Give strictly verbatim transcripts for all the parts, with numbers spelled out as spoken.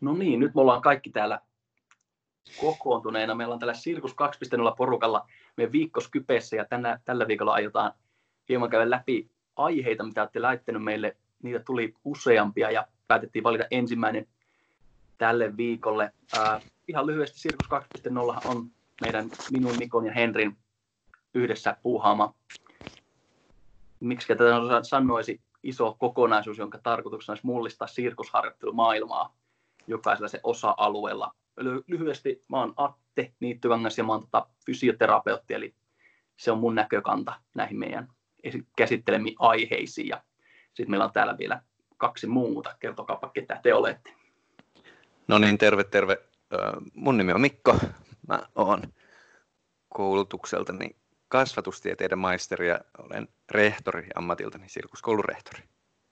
No niin, nyt me ollaan kaikki täällä kokoontuneena. Meillä on tällä Sirkus kaksi piste nolla porukalla meidän viikko Skypessä ja tänä, tällä viikolla aiotaan hieman käydä läpi aiheita, mitä olette laittaneet meille. Niitä tuli useampia ja päätettiin valita ensimmäinen tälle viikolle. Äh, ihan lyhyesti Sirkus kaksi piste nolla on meidän minun, Mikon ja Henrin yhdessä puuhaama. Miksi tätä sanoisi iso kokonaisuus, jonka tarkoituksena olisi mullistaa sirkusharjoittelumaailmaa jokaisella se osa-alueella. Lyhyesti mä oon Atte Niittykangas ja mä oon tota fysioterapeutti, eli se on mun näkökanta näihin meidän käsittelemiin aiheisiin. Ja sitten meillä on täällä vielä kaksi muuta. Kertokaapa, ketä te olette. No niin, terve, terve. Mun nimi on Mikko. Mä oon koulutukseltani kasvatustieteiden maisteri ja olen rehtori ammatiltani, sirkuskoulun rehtori.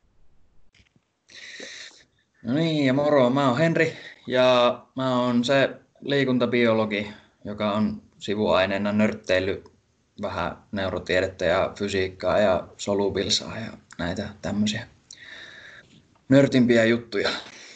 No niin, ja moro, mä oon Henri ja mä oon se liikuntabiologi, joka on sivuaineena nörtteily vähän neurotiedettä ja fysiikkaa ja solubilsaa ja näitä tämmöisiä nörtimpiä juttuja.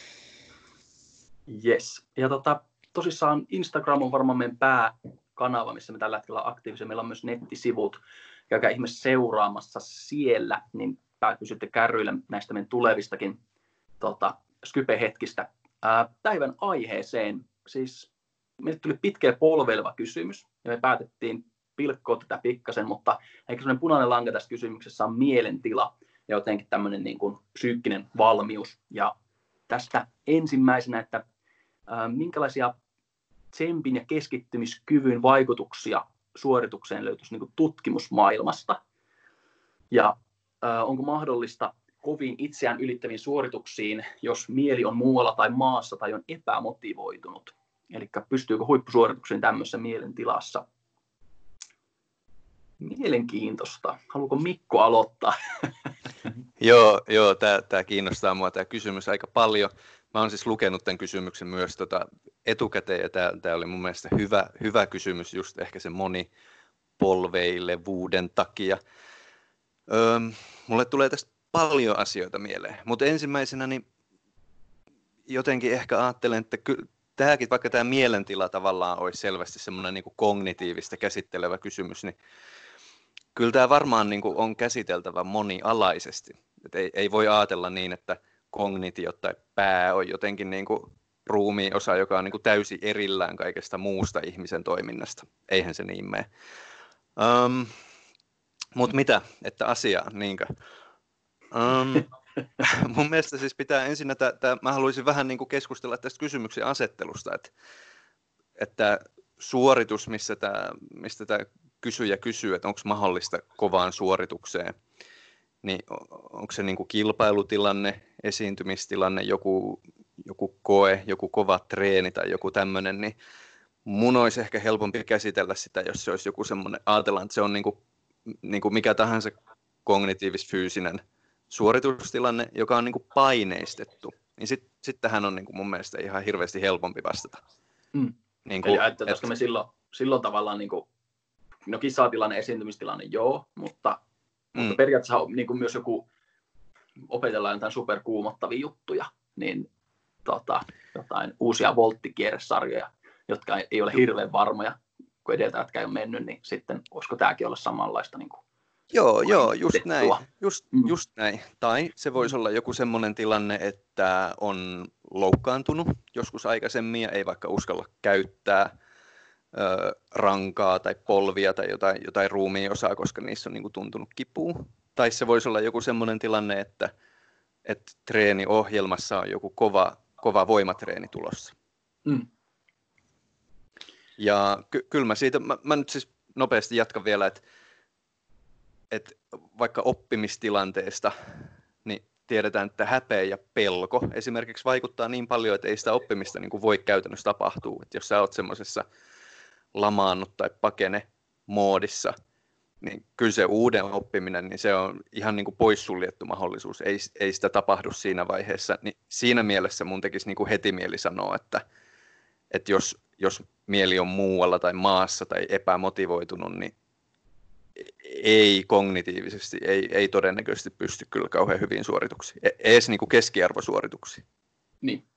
Yes. Ja tota, tosissaan Instagram on varmaan meidän pääkanava, missä me tällä hetkellä on aktiivisia. Meillä on myös nettisivut. Käykää ihmeessä seuraamassa siellä, niin pysytte kärryillä näistä meidän tulevistakin tota, Skype-hetkistä. Ää, päivän aiheeseen. Siis meille tuli pitkä ja polveileva kysymys, ja me päätettiin pilkkoa tätä pikkasen, mutta ehkä semmoinen punainen lanka tässä kysymyksessä on mielentila ja jotenkin tämmöinen niin kuin psyykkinen valmius. Ja tästä ensimmäisenä, että ää, minkälaisia tsempin ja keskittymiskyvyn vaikutuksia suoritukseen löytyisi niin kuin tutkimusmaailmasta. Ja ää, onko mahdollista kovin itseään ylittäviin suorituksiin, jos mieli on muualla tai maassa tai on epämotivoitunut. Eli pystyykö huippusuorituksiin tämmöisessä mielentilassa? Mielenkiintoista. Haluatko Mikko aloittaa? Joo, joo tämä kiinnostaa mua tämä kysymys aika paljon. Mä oon siis lukenut tämän kysymyksen myös tota etukäteen, ja tämä oli mun mielestä hyvä, hyvä kysymys just ehkä sen monipolveilevuuden takia. Öö, mulle tulee tästä paljon asioita mieleen, mutta ensimmäisenä niin jotenkin ehkä ajattelen, että ky- tämäkin, vaikka tämä mielentila tavallaan olisi selvästi semmoinen niin kuin kognitiivista käsittelevä kysymys, niin kyllä tämä varmaan niin kuin on käsiteltävä monialaisesti. Et ei, ei voi ajatella niin, että kognitio tai pää on jotenkin niin kuin ruumiin osa, joka on niin kuin täysin erillään kaikesta muusta ihmisen toiminnasta. Eihän se niin mene. Um, mutta mitä, että asiaa, niinkö? Um, mun mielestä siis pitää ensin, että, että mä haluaisin vähän niin kuin keskustella tästä kysymyksen asettelusta, että, että suoritus, missä tämä, mistä tämä kysyjä kysyy, että onko mahdollista kovaan suoritukseen, niin onko se niin kuin kilpailutilanne, esiintymistilanne, joku, joku koe, joku kova treeni tai joku tämmöinen, niin mun olisi ehkä helpompi käsitellä sitä, jos se olisi joku semmoinen, ajatellaan, että se on niin kuin, niin kuin mikä tahansa kognitiivis-fyysinen suoritustilanne, joka on niin kuin paineistettu, niin sit, sit tähän on niin kuin mun mielestä ihan hirveästi helpompi vastata. Mm. Niin kuin, Eli että, koska me silloin, silloin tavallaan, niin kuin, no kisatilanne, esiintymistilanne, joo, mutta, mm. mutta periaatteessa on niin kuin myös joku, opetellaan jotain superkuumottavia juttuja, niin tota, jotain uusia volttikierresarjoja, jotka ei ole hirveän varmoja, kun edeltäjätkään ei ole mennyt, niin sitten voisiko tämäkin olla samanlaista niin kuin Joo, joo, just näin, just, just näin. Tai se voisi olla joku semmoinen tilanne, että on loukkaantunut joskus aikaisemmin ja ei vaikka uskalla käyttää ö, rankaa tai polvia tai jotain, jotain ruumiin osaa, koska niissä on niin kuin tuntunut kipua. Tai se voisi olla joku semmoinen tilanne, että, että treeniohjelmassa on joku kova, kova voimatreeni tulossa. Mm. Ja ky- kyllä mä siitä, mä, mä nyt siis nopeasti jatkan vielä, että että vaikka oppimistilanteesta, niin tiedetään, että häpeä ja pelko esimerkiksi vaikuttaa niin paljon, että ei sitä oppimista niin kuin voi käytännössä tapahtua. Että jos sä oot semmoisessa lamaannut tai pakene moodissa, niin kyllä se uuden oppiminen, niin se on ihan niin kuin poissuljettu mahdollisuus. Ei, ei sitä tapahdu siinä vaiheessa. Niin siinä mielessä mun tekisi niin kuin heti mieli sanoa, että, että jos, jos mieli on muualla tai maassa tai epämotivoitunut, niin ei kognitiivisesti, ei, ei todennäköisesti pysty kyllä kauhean hyviin suorituksiin, edes niin kuin keskiarvosuorituksiin. Niin.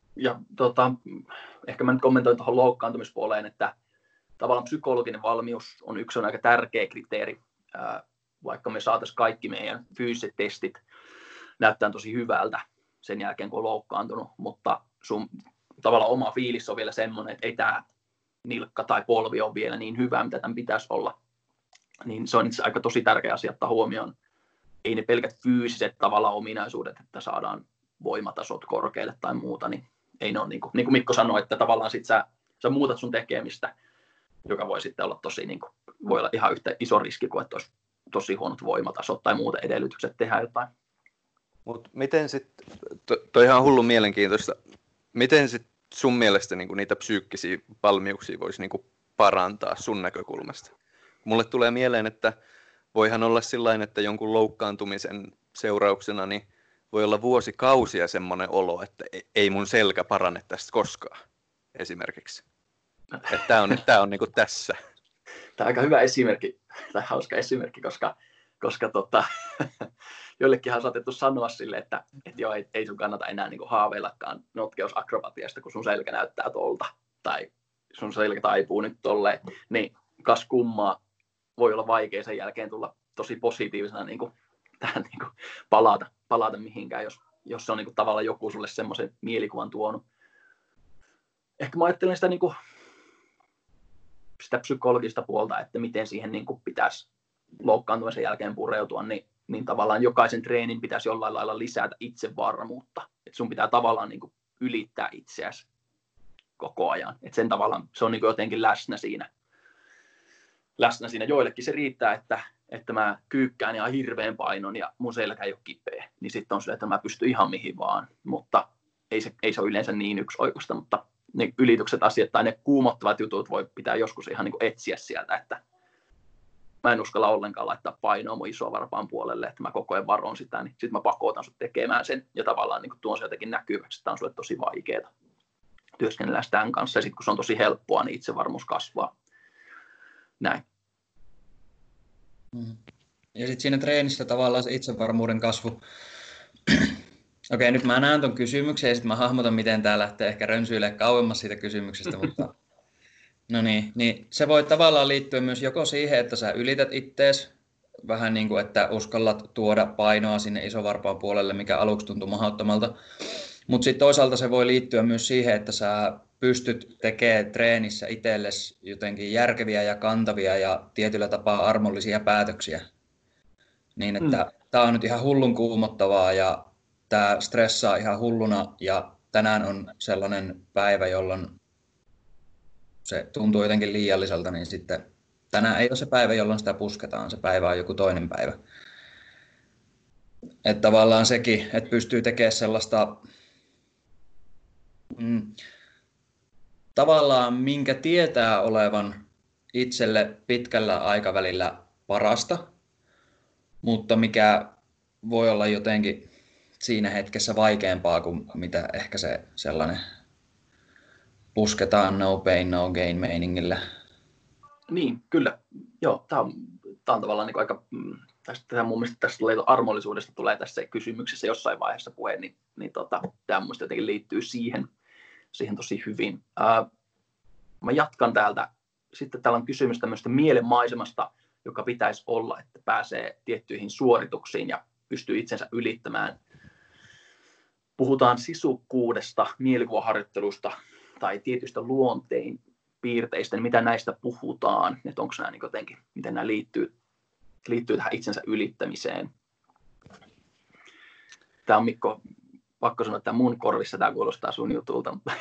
ja tota, ehkä mä nyt kommentoin tuohon loukkaantumispuoleen, että tavallaan psykologinen valmius on yksi on aika tärkeä kriteeri, ää, vaikka me saataisiin kaikki meidän fyysiset testit näyttää tosi hyvältä sen jälkeen, kun on loukkaantunut, mutta sun tavallaan oma fiilis on vielä semmoinen, että ei tämä nilkka tai polvi ole vielä niin hyvä, mitä tämän pitäisi olla. Niin se on itse aika tosi tärkeä asia ottaa huomioon. Ei ne pelkät fyysiset tavallaan ominaisuudet, että saadaan voimatasot korkealle tai muuta, niin ei ne ole niin kuin, niin kuin Mikko sanoi, että tavallaan sit sä, sä muutat sun tekemistä, joka voi sitten olla tosi, niin kuin, voi olla ihan yhtä iso riski kuin, että olisi tosi huonot voimatasot tai muut edellytykset tehdä jotain. Mutta miten sitten, to, toi ihan hullu mielenkiintoista, miten sitten sun mielestä niinku niitä psyykkisiä valmiuksia voisi niinku parantaa sun näkökulmasta? Mulle tulee mieleen, että voihan olla sillain, että jonkun loukkaantumisen seurauksena niin voi olla vuosikausia semmoinen olo, että ei mun selkä parane tästä koskaan, esimerkiksi. Että tää on, tää on niinku tässä. Tämä on aika hyvä esimerkki, tai hauska esimerkki, koska, koska tota, joillekin on saatettu sanoa sille, että, että joo, ei, ei sun kannata enää niin kuin haaveillakaan notkeusakrobatiasta, kun sun selkä näyttää tolta, tai sun selkä taipuu nyt tolleen, niin kas kummaa voi olla vaikea sen jälkeen tulla tosi positiivisena niin kuin, tähän niin kuin palata, palata mihinkään, jos, jos se on niin kuin, tavallaan joku sulle semmoisen mielikuvan tuonut. Ehkä mä ajattelen sitä, niin kuin, sitä psykologista puolta, että miten siihen niin kuin, pitäisi loukkaantumisen jälkeen pureutua, niin, niin tavallaan jokaisen treenin pitäisi jollain lailla lisätä itsevarmuutta. Että sun pitää tavallaan niin kuin, ylittää itseäsi koko ajan. Että sen tavallaan se on niin kuin, jotenkin läsnä siinä. läsnä siinä. Joillekin se riittää, että, että mä kyykkään ihan hirveän painon ja mun selkä ei ole kipeä. Niin sitten on se, että mä pystyn ihan mihin vaan. Mutta ei se, ei se ole yleensä niin yksioikoista, mutta ne ylitykset asiat tai ne kuumottavat jutut voi pitää joskus ihan niin kuin etsiä sieltä, että mä en uskalla ollenkaan laittaa painoa mun isovarpaan puolelle, että mä koko ajan varon sitä, niin sitten mä pakotan sut tekemään sen ja tavallaan niin kuin tuon se jotenkin näkyväksi, että on sulle tosi vaikeaa työskennellä tämän kanssa ja sitten kun se on tosi helppoa, niin itsevarmuus kasvaa. Näin. Ja sitten siinä treenissä tavallaan se itsevarmuuden kasvu. Okei, nyt mä näen ton kysymyksen ja sitten mä hahmotan, miten tää lähtee ehkä rönsyilemään kauemmas siitä kysymyksestä, mutta no niin, niin se voi tavallaan liittyä myös joko siihen, että sä ylität ittees, vähän niin kuin, että uskallat tuoda painoa sinne isovarpaan puolelle, mikä aluksi tuntuu mahdottomalta, mutta sitten toisaalta se voi liittyä myös siihen, että sä pystyt tekemään treenissä itsellesi jotenkin järkeviä ja kantavia ja tietyllä tapaa armollisia päätöksiä. Niin, että mm. tää on nyt ihan hullun kuumottavaa ja tää stressaa ihan hulluna ja tänään on sellainen päivä, jolloin se tuntuu jotenkin liialliselta, niin sitten tänään ei ole se päivä, jolloin sitä pusketaan, se päivä on joku toinen päivä. Että tavallaan sekin, että pystyy tekemään sellaista mm, tavallaan minkä tietää olevan itselle pitkällä aikavälillä parasta, mutta mikä voi olla jotenkin siinä hetkessä vaikeampaa kuin mitä ehkä se sellainen pusketaan no pain, no gain meiningillä. Niin, kyllä. Joo, tämä on, tää on tavallaan niin aika, tästä, mun mielestä tästä armollisuudesta tulee tässä kysymyksessä jossain vaiheessa puhe, niin, niin tota, tämä mun mielestä jotenkin liittyy siihen, siihen tosi hyvin. Ää, mä jatkan täältä. Sitten täällä on kysymys tämmöistä mielenmaisemasta, joka pitäisi olla, että pääsee tiettyihin suorituksiin ja pystyy itsensä ylittämään. Puhutaan sisukkuudesta, mielikuvaharjoittelusta tai tietyistä luonteen piirteistä, niin mitä näistä puhutaan, että onko nämä niin jotenkin, miten nämä liittyy, liittyy tähän itsensä ylittämiseen. Tämä on Mikko, pakko sanoa, että mun korvissa tämä kuulostaa sun jutulta, mutta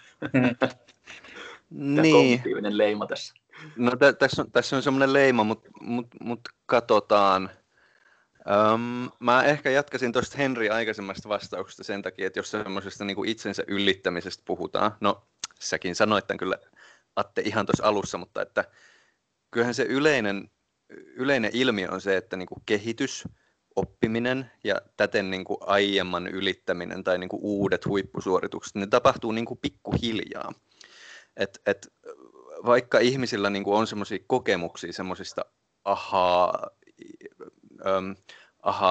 niin. kognitiivinen leima tässä. No t- tässä on, tässä on semmoinen leima, mutta mut, mut katsotaan. Öm, mä ehkä jatkasin tuosta Henri aikaisemmasta vastauksesta sen takia, että jos semmoisesta niin kuin itsensä yllittämisestä puhutaan, no säkin sanoit tämän kyllä Atte ihan tuossa alussa, mutta että kyllähän se yleinen, yleinen ilmiö on se, että niin kuin kehitys, oppiminen ja täten niin kuin aiemman ylittäminen tai niin kuin uudet huippusuoritukset, ne tapahtuu niin kuin pikkuhiljaa. Et, et, vaikka ihmisillä niin kuin on semmoisia kokemuksia semmoisista ahaa, äm, ahaa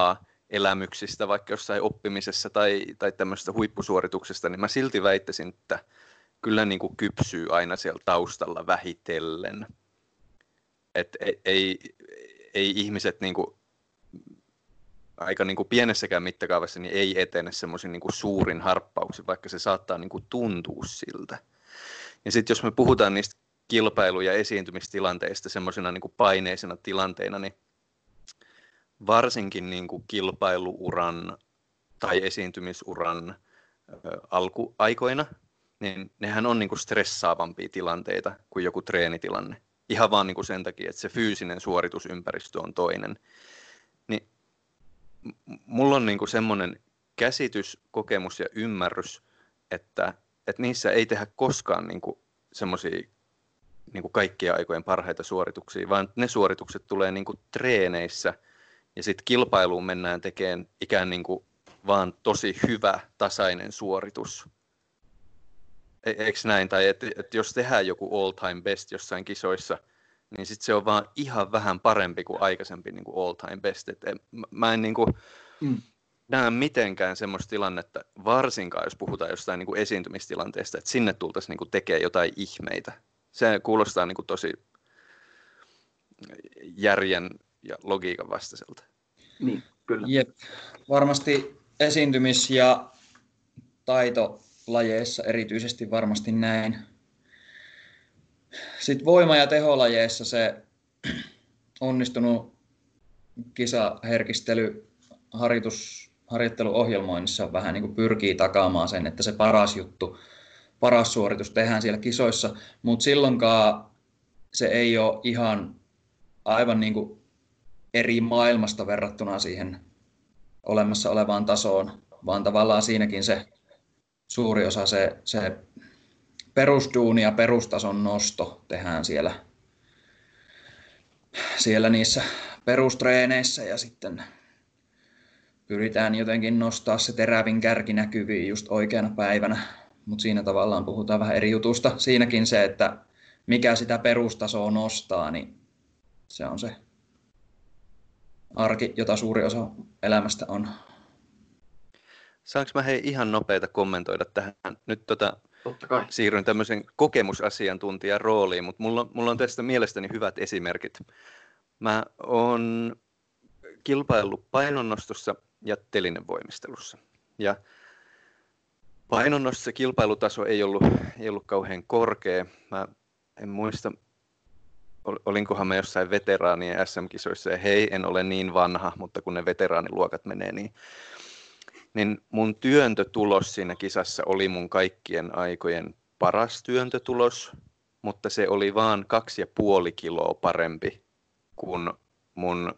elämyksistä, vaikka jossain oppimisessa tai, tai tämmöisestä huippusuorituksesta, niin mä silti väittäisin, että kyllä niin kuin kypsyy aina siellä taustalla vähitellen. Et ei, ei, ei ihmiset niin kuin, aika niin kuin pienessäkään mittakaavassa niin ei etene semmoisin niin kuin suurin harppauksin, vaikka se saattaa niin kuin tuntua siltä. Ja sitten jos me puhutaan niistä kilpailu- ja esiintymistilanteista semmoisina niin kuin paineisena tilanteina, niin varsinkin niin kuin kilpailuuran tai esiintymisuran ö, alkuaikoina, niin nehän on niin kuin stressaavampia tilanteita kuin joku treenitilanne. Ihan vaan niin kuin sen takia, että se fyysinen suoritusympäristö on toinen. Niin mulla on niin kuin semmoinen käsitys, kokemus ja ymmärrys, että, että niissä ei tehdä koskaan niin kuin semmoisia niin kuin kaikkien aikojen parhaita suorituksia, vaan ne suoritukset tulee niin kuin treeneissä ja sitten kilpailuun mennään tekemään ikään niin kuin vaan tosi hyvä, tasainen suoritus. E- eikö näin? Tai että et jos tehdään joku all time best jossain kisoissa, niin sitten se on vaan ihan vähän parempi kuin aikaisempi niin kuin all time best. Et en, mä en niin kuin mm. näe mitenkään semmoista tilannetta, varsinkaan jos puhutaan jostain niin kuin esiintymistilanteesta, että sinne tultaisiin niin kuin tekemään jotain ihmeitä. Se kuulostaa niin kuin tosi järjen ja logiikan vastaiselta. Niin, kyllä. Jep. Varmasti esiintymis- ja taitolajeissa erityisesti varmasti näin. Sitten voima- ja teholajeissa se onnistunut kisaherkistely harjoitus, harjoitteluohjelmoinnissa vähän niin kuin pyrkii takaamaan sen, että se paras juttu, paras suoritus tehdään siellä kisoissa, mutta silloinkaan se ei ole ihan aivan niin kuin eri maailmasta verrattuna siihen olemassa olevaan tasoon, vaan tavallaan siinäkin se suuri osa, se, se perusduuni ja perustason nosto tehdään siellä, siellä niissä perustreeneissä ja sitten pyritään jotenkin nostaa se terävin kärki näkyviin just oikeana päivänä, mutta siinä tavallaan puhutaan vähän eri jutusta. Siinäkin se, että mikä sitä perustasoa nostaa, niin se on se arki, jota suuri osa elämästä on. Saanko mä hei ihan nopeita kommentoida tähän? Nyt tota, Totta kai. Siirryn tämmöisen kokemusasiantuntijan rooliin, mutta mulla on, mulla on tästä mielestäni hyvät esimerkit. Mä oon kilpaillut painonnostossa ja telinevoimistelussa. Ja painonnostossa kilpailutaso ei ollut, ei ollut kauhean korkea. Mä en muista, olinkohan mä jossain veteraanien S M-kisoissa, ja hei, en ole niin vanha, mutta kun ne veteraaniluokat menee, niin, niin mun työntötulos siinä kisassa oli mun kaikkien aikojen paras työntötulos, mutta se oli vaan kaksi ja puoli kiloa parempi kuin mun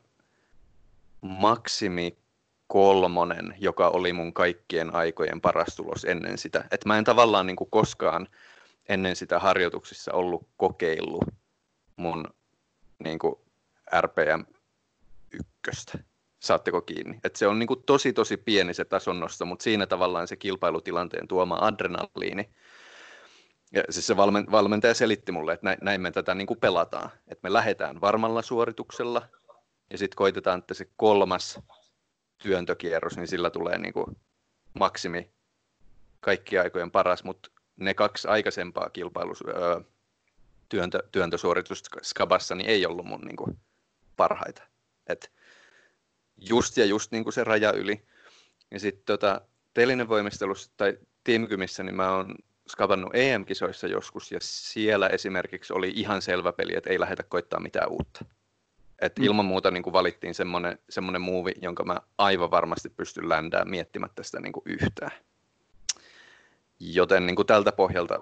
maksimi kolmonen, joka oli mun kaikkien aikojen paras tulos ennen sitä. Et mä en tavallaan niin kuin koskaan ennen sitä harjoituksissa ollut kokeillut mun niin kuin R P M ykköstä. Saatteko kiinni? Et se on niin kuin tosi tosi pieni se tasonnosto, mutta siinä tavallaan se kilpailutilanteen tuoma adrenaliini. Ja siis se valmentaja selitti mulle, että näin me tätä niin kuin pelataan. Että me lähdetään varmalla suorituksella ja sitten koitetaan, että se kolmas työntökierros, niin sillä tulee niin kuin maksimi kaikkien aikojen paras, mutta ne kaksi aikaisempaa kilpailus, öö, työntö, työntösuoritusta skabassa niin ei ollut mun niin kuin parhaita. Et just ja just niin kuin se raja yli. Ja sitten tota, telinevoimistelussa tai tiimikymissä niin mä oon skabannut E M-kisoissa joskus ja siellä esimerkiksi oli ihan selvä peli, että ei lähdetä koittaa mitään uutta. Et ilman muuta niin kuin valittiin semmoinen, semmoinen muuvi, jonka mä aivan varmasti pystyn ländään miettimättä sitä niin kuin yhtään. Joten niin kuin tältä pohjalta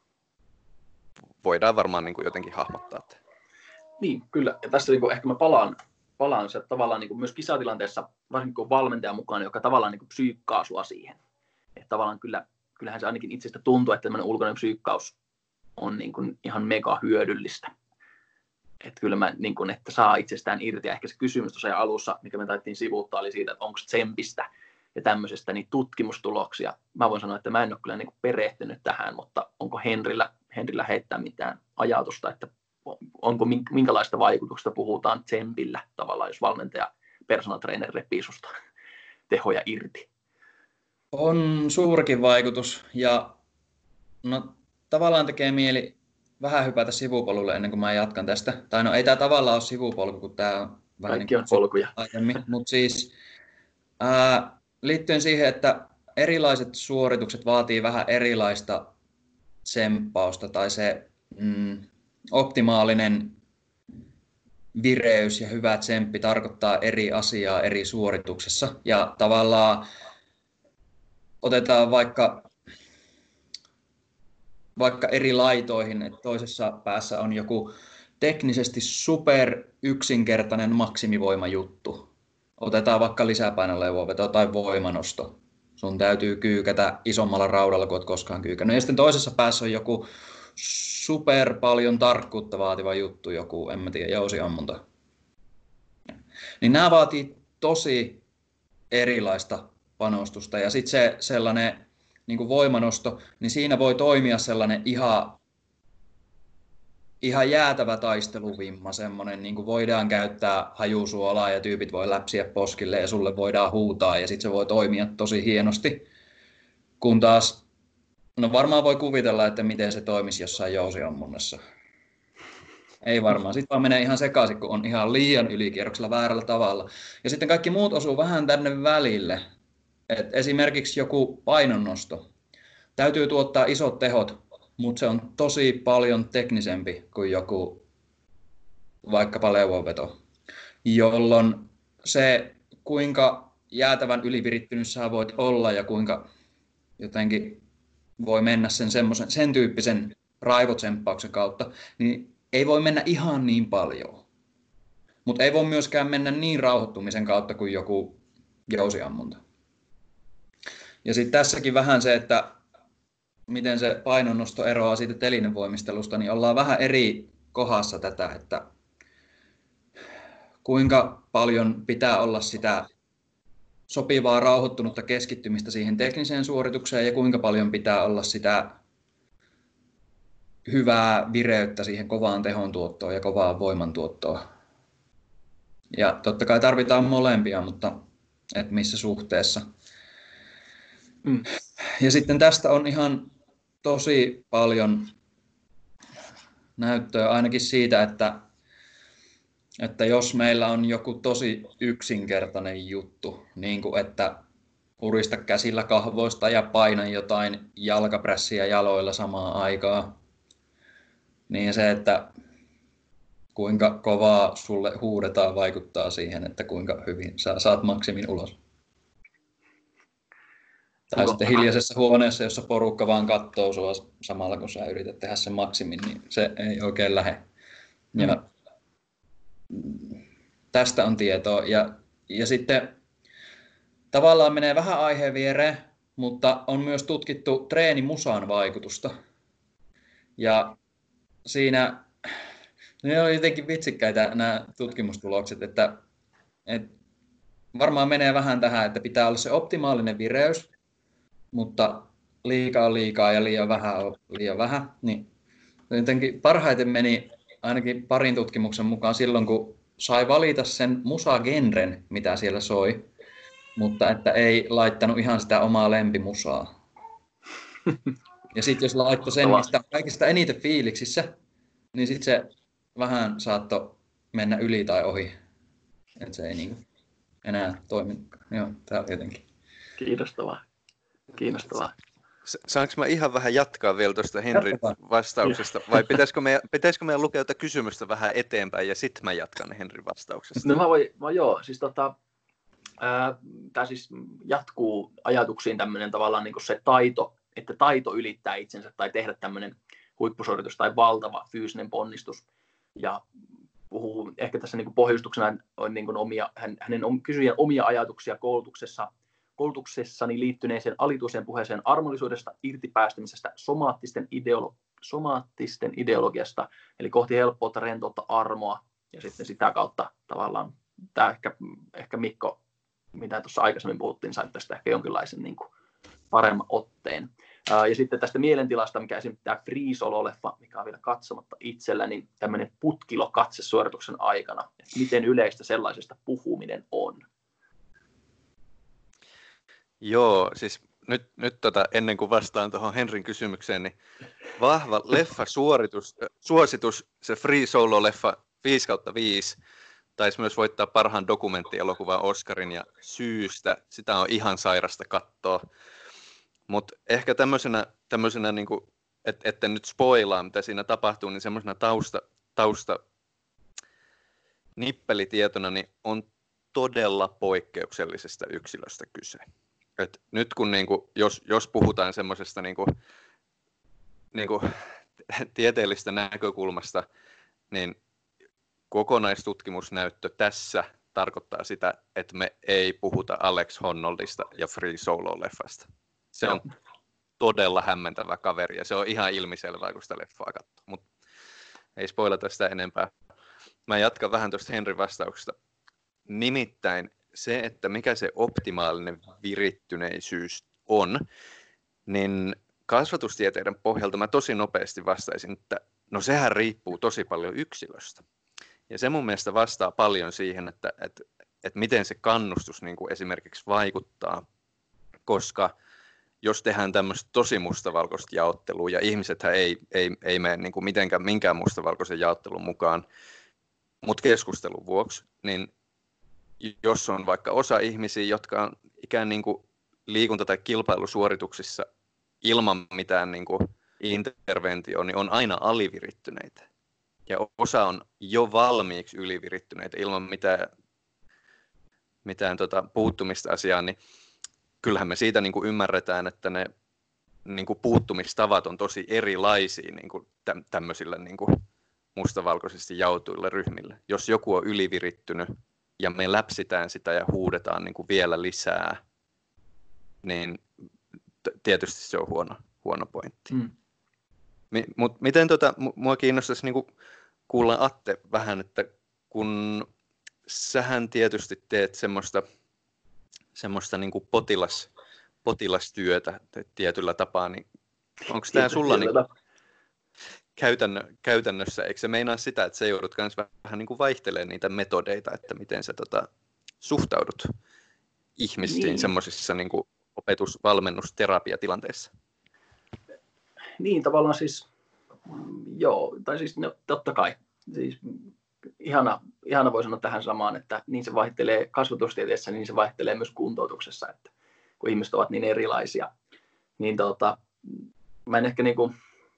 voidaan varmaan niin kuin jotenkin hahmottaa. Niin, kyllä. Ja tässä niin kuin ehkä mä palaan, palaan se tavallaan niin kuin myös kisatilanteessa, varsinkin kun on valmentaja mukaan, joka tavallaan niin kuin psyykkaa sua siihen. Että tavallaan kyllä, kyllähän se ainakin itsestä tuntuu, että tämmöinen ulkoinen psyykkaus on niin kuin ihan mega hyödyllistä. Että kyllä mä, niin kun, että saa itsestään irti. Ja ehkä se kysymys tuossa alussa, mikä me taittiin sivuuttaa, oli siitä, että onko tsempistä ja tämmöisestä niin tutkimustuloksia. Mä voin sanoa, että mä en ole kyllä niin kuin perehtynyt tähän, mutta onko Henrillä, Henrillä heittää mitään ajatusta, että onko minkälaista vaikutuksesta puhutaan tsempillä tavallaan, jos valmentaja, personal trainer repii susta tehoja irti? On suurikin vaikutus ja no, tavallaan tekee mieli vähän hypätä sivupolulle ennen kuin mä jatkan tästä. Tai no ei tämä tavallaan ole sivupolku, kun tämä on vähän Kaikki niin on polkuja. aiemmin, mutta siis ää, liittyen siihen, että erilaiset suoritukset vaatii vähän erilaista tsemppausta tai se mm, optimaalinen vireys ja hyvä tsemppi tarkoittaa eri asiaa eri suorituksessa. Ja tavallaan otetaan vaikka, vaikka eri laitoihin, että toisessa päässä on joku teknisesti super yksinkertainen maksimivoimajuttu. Otetaan vaikka lisäpainoleuvoveto tai voimanosto. Sun täytyy kyykätä isommalla raudalla kuin olet koskaan kyykännyt. Ja sitten toisessa päässä on joku super paljon tarkkuutta vaativa juttu, joku, en mä tiedä, jousiammunta. Niin nämä vaatii tosi erilaista panostusta. Ja sitten se sellainen niin kuin voimanosto, niin siinä voi toimia sellainen ihan, ihan jäätävä taisteluvimma, semmoinen, niin kuin voidaan käyttää hajusuolaa ja tyypit voi läpsiä poskille ja sulle voidaan huutaa ja sitten se voi toimia tosi hienosti. Kun taas, no varmaan voi kuvitella, että miten se toimisi jossain jousiammunnassa. Ei varmaan, sitten vaan menee ihan sekaisin, kun on ihan liian ylikierroksella väärällä tavalla. Ja sitten kaikki muut osuu vähän tänne välille. Et esimerkiksi joku painonnosto. Täytyy tuottaa isot tehot, mutta se on tosi paljon teknisempi kuin joku vaikkapa leuvonveto, jolloin se, kuinka jäätävän ylivirittynyt sä voit olla ja kuinka jotenkin voi mennä sen, semmoisen, sen tyyppisen raivotsemppauksen kautta, niin ei voi mennä ihan niin paljon. Mutta ei voi myöskään mennä niin rauhoittumisen kautta kuin joku jousiammunta. Ja sitten tässäkin vähän se, että miten se painonnosto eroaa siitä telinevoimistelusta, niin ollaan vähän eri kohdassa tätä, että kuinka paljon pitää olla sitä sopivaa rauhoittunutta keskittymistä siihen tekniseen suoritukseen ja kuinka paljon pitää olla sitä hyvää vireyttä siihen kovaan tehontuottoon ja kovaan voimantuottoon. Ja totta kai tarvitaan molempia, mutta et missä suhteessa. Mm. Ja sitten tästä on ihan tosi paljon näyttöä ainakin siitä, että, että jos meillä on joku tosi yksinkertainen juttu, niin kuin että purista käsillä kahvoista ja paina jotain jalkaprässiä jaloilla samaan aikaan, niin se, että kuinka kovaa sulle huudetaan, vaikuttaa siihen, että kuinka hyvin sä saat maksimin ulos. Tai sitten hiljaisessa huoneessa, jossa porukka vaan katsoo sua samalla, kun sä yrität tehdä sen maksimin, niin se ei oikein lähde. Ja tästä on tietoa. Ja, ja sitten tavallaan menee vähän aiheen viereen, mutta on myös tutkittu treenimusan vaikutusta. Ja siinä ne on jotenkin vitsikkäitä nämä tutkimustulokset, että, että varmaan menee vähän tähän, että pitää olla se optimaalinen vireys, mutta liikaa on liikaa ja liian vähän on liian vähän. Niin jotenkin parhaiten meni ainakin parin tutkimuksen mukaan silloin, kun sai valita sen musagenren, mitä siellä soi, mutta että ei laittanut ihan sitä omaa lempimusaa. Ja sitten jos laittoi sen, mistä on kaikista eniten fiiliksissä, niin sitten se vähän saattoi mennä yli tai ohi. Että se ei niinku enää toimi. Joo, tää on jotenkin. Kiinnostavaa. Kiinnostavaa. Saanko mä ihan vähän jatkaa vielä tuosta Henrin vastauksesta, vai pitäisikö meidän, pitäisikö meidän lukea jotain kysymystä vähän eteenpäin ja sitten mä jatkan Henrin vastauksesta? No mä voin, mä joo, siis tota, tämä siis jatkuu ajatuksiin tämmöinen tavallaan niin kuin se taito, että taito ylittää itsensä tai tehdä tämmöinen huippusuoritus tai valtava fyysinen ponnistus. Ja puhuu ehkä tässä niin kuin pohjustuksena on niin kuin omia, hänen kysyjän omia ajatuksia koulutuksessa, koulutuksessani liittyneeseen alituiseen puheeseen armollisuudesta, irtipäästämisestä, somaattisten, ideolo- somaattisten ideologiasta, eli kohti helppoutta, rentoutta, armoa, ja sitten sitä kautta tavallaan, tämä ehkä, ehkä Mikko, mitä tuossa aikaisemmin puhuttiin, sai tästä ehkä jonkinlaisen niin kuin paremman otteen. Ja sitten tästä mielentilasta, mikä esimerkiksi tämä Free Solo-leffa, mikä on vielä katsomatta itsellä, niin tämmöinen putkilokatse suorituksen aikana, että miten yleistä sellaisesta puhuminen on. Joo, siis nyt, nyt tota, ennen kuin vastaan tuohon Henrin kysymykseen, niin vahva leffasuoritus, suositus, se Free Solo-leffa viisi kautta viisi, taisi myös voittaa parhaan dokumenttielokuvan Oscarin ja syystä. Sitä on ihan sairasta katsoa. Mutta ehkä tämmöisenä, tämmöisenä niin että ette nyt spoilaa, mitä siinä tapahtuu, niin semmoisena tausta, tausta nippelitietona niin on todella poikkeuksellisesta yksilöstä kyse. Et nyt kun niinku, jos, jos puhutaan semmoisesta niinku, niinku, tieteellistä näkökulmasta, niin kokonaistutkimusnäyttö tässä tarkoittaa sitä, että me ei puhuta Alex Honnoldista ja Free Solo-leffasta. Se on todella hämmentävä kaveri ja se on ihan ilmiselvää, kun sitä leffaa katsoo. Mutta ei spoilata sitä enempää. Mä jatkan vähän tuosta Henrin vastauksesta. Nimittäin se, että mikä se optimaalinen virittyneisyys on, niin kasvatustieteiden pohjalta mä tosi nopeasti vastaisin, että no sehän riippuu tosi paljon yksilöstä. Ja se mun mielestä vastaa paljon siihen, että, että, että miten se kannustus niin kuin esimerkiksi vaikuttaa, koska jos tehdään tämmöistä tosi mustavalkoista jaottelua, ja ihmisethän ei, ei, ei mene niin kuin mitenkään minkään mustavalkoisen jaottelun mukaan, mutta keskustelun vuoksi, niin jos on vaikka osa ihmisiä, jotka on ikään niin kuin liikunta- tai kilpailusuorituksissa ilman mitään niin kuin interventioon, niin on aina alivirittyneitä. Ja osa on jo valmiiksi ylivirittyneitä ilman mitään, mitään tota puuttumista asiaan, niin kyllähän me siitä niin kuin ymmärretään, että ne niin kuin puuttumistavat on tosi erilaisia niin kuin tämmöisillä niin kuin mustavalkoisesti jaotuille ryhmille. Jos joku on ylivirittynyt ja me läpsitään sitä ja huudetaan niin kuin vielä lisää, niin tietysti se on huono, huono pointti. Mm. Mutta miten tota, mua kiinnostaisi niinku kuulla Atte vähän, että kun sähän tietysti teet semmoista, semmoista niinku potilas, potilastyötä tietyllä tapaa, niin onko tämä sulla niinku käytännö, käytännössä, eikö se meinaa sitä, että sä joudut myös vähän niinku vaihtelemaan niitä metodeita, että miten sä tota, suhtaudut ihmisiin niin semmoisissa niinku opetus-, valmennus-, terapiatilanteissa? Niin, tavallaan siis, joo, tai siis no, totta kai, siis ihana, ihana voi sanoa tähän samaan, että niin se vaihtelee kasvatustieteessä, niin se vaihtelee myös kuntoutuksessa, että kun ihmiset ovat niin erilaisia, niin tota, mä en ehkä niinku,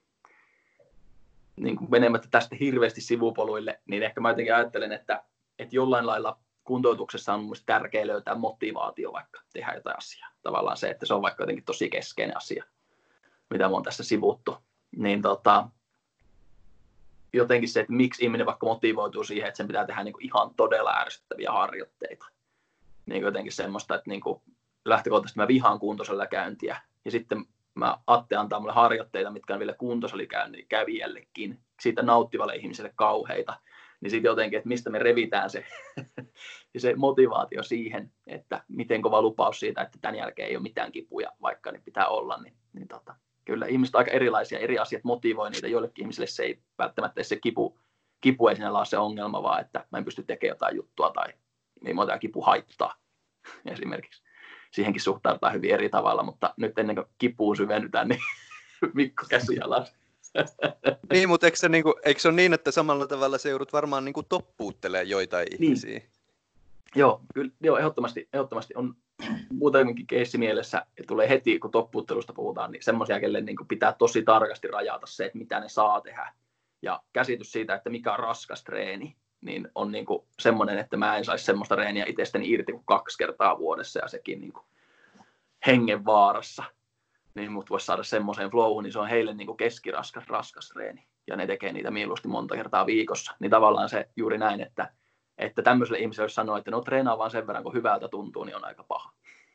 niinku menemättä tästä hirveästi sivupoluille, niin ehkä mä jotenkin ajattelen, että, että jollain lailla kuntoutuksessa on mielestäni tärkeää löytää motivaatio vaikka tehdä jotain asiaa. Tavallaan se, että se on vaikka jotenkin tosi keskeinen asia, mitä me on tässä sivuttu, niin tota, jotenkin se, että miksi ihminen vaikka motivoituu siihen, että sen pitää tehdä niinku ihan todella ärsyttäviä harjoitteita. Niin jotenkin semmoista, että niinku lähtökohtaisesti mä vihaan kuntosalilla käyntiä, ja sitten mä Atte antaa mulle harjoitteita, mitkä on vielä kuntosalikäynnin kävijällekin, siitä nauttivalle ihmiselle kauheita, niin sitten jotenkin, että mistä me revitään se, se motivaatio siihen, että miten kova lupaus siitä, että tämän jälkeen ei ole mitään kipuja, vaikka ne pitää olla, niin, niin tota, kyllä ihmiset on aika erilaisia, eri asiat motivoi niitä, joillekin ihmisille se ei välttämättä se kipu, kipu ei sinällä ole se ongelma, vaan että mä en pysty tekemään jotain juttua tai niin monta kipu haittaa esimerkiksi. Siihenkin suhtaudutaan hyvin eri tavalla, mutta nyt ennen kuin kipuun syvennytään, niin Mikko käsi alas. Niin, mutta eikö se, niinku, eikö se ole niin, että samalla tavalla se joudut varmaan niinku toppuuttelemaan joitain niin ihmisiä? Joo, kyllä, joo, ehdottomasti, ehdottomasti on muutenkin keissi mielessä, että tulee heti, kun toppuuttelusta puhutaan, niin semmoisia, kelle niin kuin pitää tosi tarkasti rajata se, että mitä ne saa tehdä. Ja käsitys siitä, että mikä on raskas treeni, niin on niin kuin semmoinen, että mä en saisi semmoista treeniä itsestäni irti kuin kaksi kertaa vuodessa ja sekin niin kuin hengenvaarassa. Niin mut voisi saada semmoiseen flowhun, niin se on heille niin kuin keskiraskas, raskas treeni. Ja ne tekee niitä mieluusti monta kertaa viikossa. Niin tavallaan se juuri näin, että Että tämmöiselle ihmiselle, jos sanoo, että no treenaa vaan sen verran, kun hyvältä tuntuu, niin on aika paha.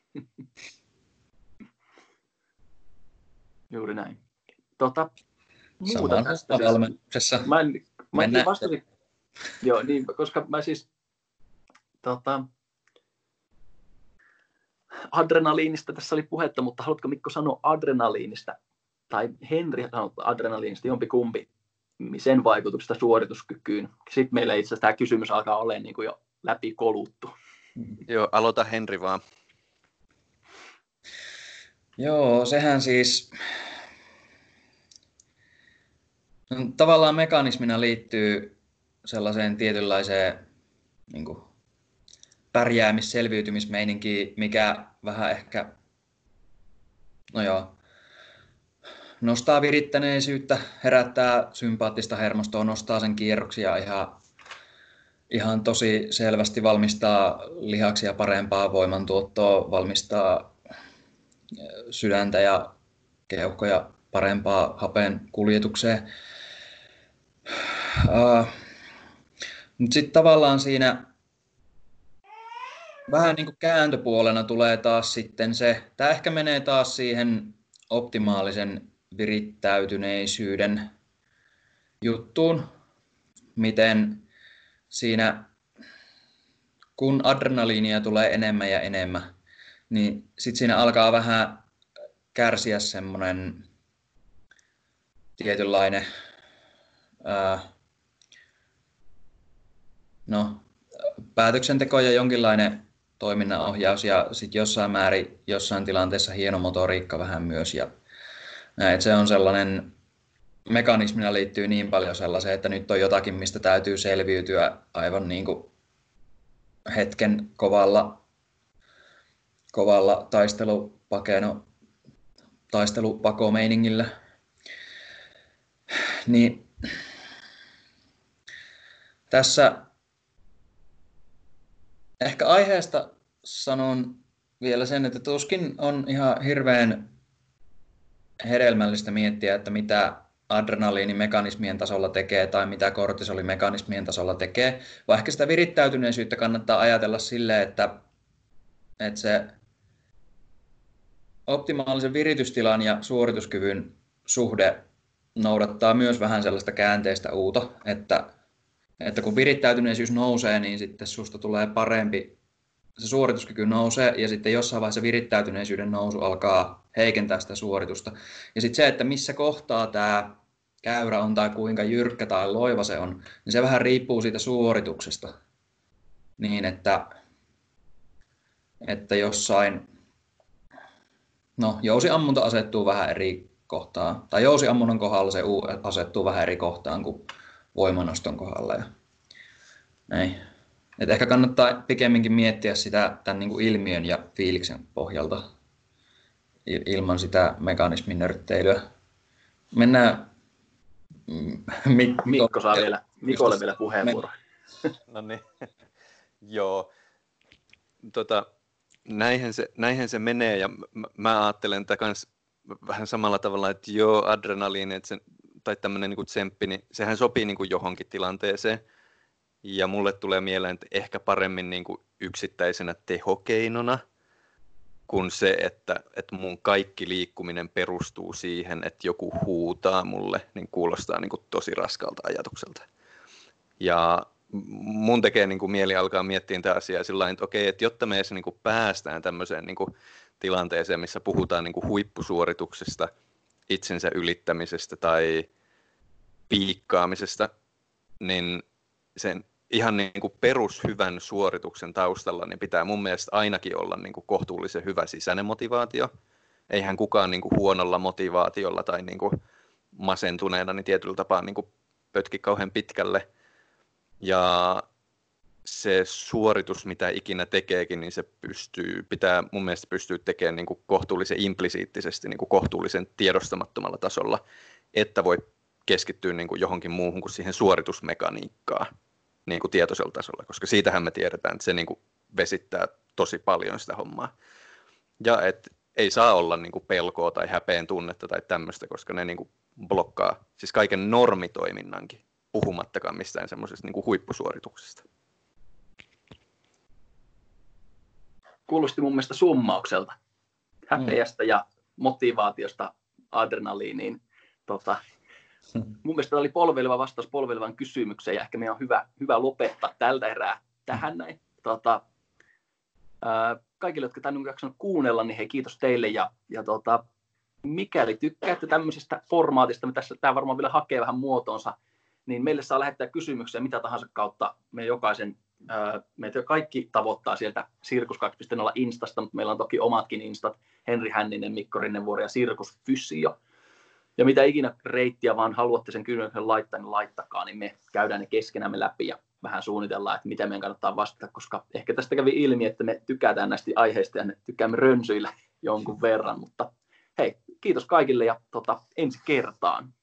Juuri näin. Tota, muuta tästä. Valmennuksessa. Mä en, mä en vastasin, joo, niin, koska mä siis tota, adrenaliinista tässä oli puhetta, mutta haluatko Mikko sanoa adrenaliinista, tai Henri sanoo adrenaliinista, jompikumpi, sen vaikutuksesta suorituskykyyn. Sitten meillä itse asiassa tämä kysymys alkaa olemaan niin kuin jo läpikoluttu. Joo, aloita Henri vaan. Joo, sehän siis no, tavallaan mekanismina liittyy sellaiseen tietynlaiseen niin kuin pärjäämis-, selviytymismeininkiin, mikä vähän ehkä, no joo, nostaa virittäneisyyttä, herättää sympaattista hermostoa, nostaa sen kierroksia ihan, ihan tosi selvästi, valmistaa lihaksia parempaa voimantuottoa, valmistaa sydäntä ja keuhkoja parempaa hapen kuljetukseen. Uh, mutta sitten tavallaan siinä vähän niin kuin kääntöpuolena tulee taas sitten se, tämä ehkä menee taas siihen optimaalisen virittäytyneisyyden juttuun, miten siinä kun adrenaliinia tulee enemmän ja enemmän, niin sitten siinä alkaa vähän kärsiä semmoinen tietynlainen ää, no, päätöksenteko ja jonkinlainen toiminnanohjaus ja sitten jossain määrin, jossain tilanteessa hieno motoriikka vähän myös. Ja näin, se on sellainen, mekanismina liittyy niin paljon sellaiseen, että nyt on jotakin, mistä täytyy selviytyä aivan niin kuin hetken kovalla, kovalla taistelupakeno, taistelupakomeiningillä. Niin tässä ehkä aiheesta sanon vielä sen, että tuskin on ihan hirveän hedelmällistä miettiä, että mitä adrenaliinimekanismien tasolla tekee tai mitä kortisolimekanismien tasolla tekee, vaan ehkä sitä virittäytyneisyyttä kannattaa ajatella silleen, että, että se optimaalisen viritystilan ja suorituskyvyn suhde noudattaa myös vähän sellaista käänteistä uuta, että, että kun virittäytyneisyys nousee, niin sitten susta tulee parempi, se suorituskyky nousee ja sitten jossain vaiheessa virittäytyneisyyden nousu alkaa heikentää sitä suoritusta. Ja sitten se, että missä kohtaa tämä käyrä on tai kuinka jyrkkä tai loiva se on, niin se vähän riippuu siitä suorituksesta. Niin, että, että jossain, no jousiammunta asettuu vähän eri kohtaan, tai jousiammunnan kohdalla se asettuu vähän eri kohtaan kuin voimanoston kohdalla. Ja näin. Et ehkä kannattaa pikemminkin miettiä sitä tämän niin kuin ilmiön ja fiiliksen pohjalta ilman sitä mekanismin nörtteilyä. Mennään Mikko, Mikko saa vielä, Mikolle vielä puheenvuoro. No niin, joo. Tota, näinhän, se, näinhän se menee ja mä, mä ajattelen tätä kans vähän samalla tavalla, että joo, adrenaliini että se, tai tämmöinen niin kuin tsemppi, niin sehän sopii niin kuin johonkin tilanteeseen. Ja mulle tulee mieleen, että ehkä paremmin niin kuin yksittäisenä tehokeinona kuin se, että, että mun kaikki liikkuminen perustuu siihen, että joku huutaa mulle, niin kuulostaa niin kuin tosi raskalta ajatukselta. Ja mun tekee niin kuin mieli alkaa miettiä tätä asiaa sillä tavalla, että okei, että jotta me edes niin kuin päästään tämmöiseen niin kuin tilanteeseen, missä puhutaan niin kuin huippusuorituksesta, itsensä ylittämisestä tai piikkaamisesta, niin sen ihan niin kuin perushyvän suorituksen taustalla niin pitää mun mielestä ainakin olla niin kuin kohtuullisen hyvä sisäinen motivaatio. Eihän kukaan niin kuin huonolla motivaatiolla tai niin kuin masentuneena niin tietyllä tapaa niin kuin pötki kauhean pitkälle. Ja se suoritus, mitä ikinä tekeekin, niin se pystyy, pitää mun mielestä pystyy tekemään niin kuin kohtuullisen implisiittisesti, niin kuin kohtuullisen tiedostamattomalla tasolla, että voi keskittyä niin kuin johonkin muuhun kuin siihen suoritusmekaniikkaan niin kuin tietoisella tasolla, koska siitähän me tiedetään, että se niin kuin vesittää tosi paljon sitä hommaa. Ja et ei saa olla niin kuin pelkoa tai häpeen tunnetta tai tämmöistä, koska ne niin kuin blokkaa siis kaiken normitoiminnankin, puhumattakaan mistään semmoisesta niin kuin huippusuorituksesta. Kuulosti mun mielestä summaukselta. Häpeästä mm. ja motivaatiosta adrenaliiniin. Tota, mun mielestä tämä oli polveileva vastaus polveilevan kysymykseen ja ehkä meidän on hyvä, hyvä lopettaa tältä erää tähän näin. Tota, ää, kaikille, jotka tämän on jaksanut kuunnella, niin hei, kiitos teille ja, ja tota, mikäli tykkäätte tämmöisestä formaatista, me tässä tämä varmaan vielä hakee vähän muotoonsa, niin meille saa lähettää kysymyksiä mitä tahansa kautta meidän jokaisen Meitä kaikki tavoittaa sieltä Sirkus kaksi piste nolla Instasta, mutta meillä on toki omatkin Instat, Henri Hänninen, Mikko Rinnevuori ja Sirkus Fysio. Ja mitä ikinä reittiä vaan haluatte sen kysymyksen laittaa, niin laittakaa, niin me käydään ne keskenämme läpi ja vähän suunnitellaan, että mitä meidän kannattaa vastata, koska ehkä tästä kävi ilmi, että me tykätään näistä aiheista ja me tykkäämme rönsyillä jonkun verran, mutta hei, kiitos kaikille ja tota, ensi kertaan.